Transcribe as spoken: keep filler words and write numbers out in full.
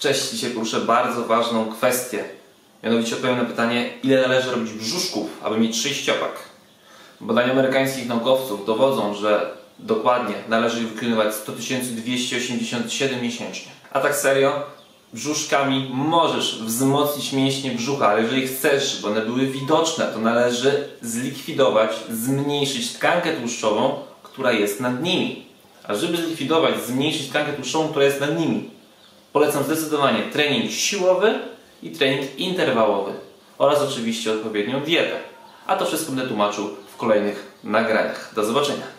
Cześć, dzisiaj poruszę bardzo ważną kwestię. Mianowicie odpowiem na pytanie, ile należy robić brzuszków, aby mieć sześciopak. Badania amerykańskich naukowców dowodzą, że dokładnie należy wykonywać sto tysięcy dwieście osiemdziesiąt siedem miesięcznie. A tak serio, brzuszkami możesz wzmocnić mięśnie brzucha, ale jeżeli chcesz, żeby one były widoczne, to należy zlikwidować, zmniejszyć tkankę tłuszczową, która jest nad nimi. A żeby zlikwidować, zmniejszyć tkankę tłuszczową, która jest nad nimi, polecam zdecydowanie trening siłowy i trening interwałowy oraz oczywiście odpowiednią dietę. A to wszystko będę tłumaczył w kolejnych nagraniach. Do zobaczenia.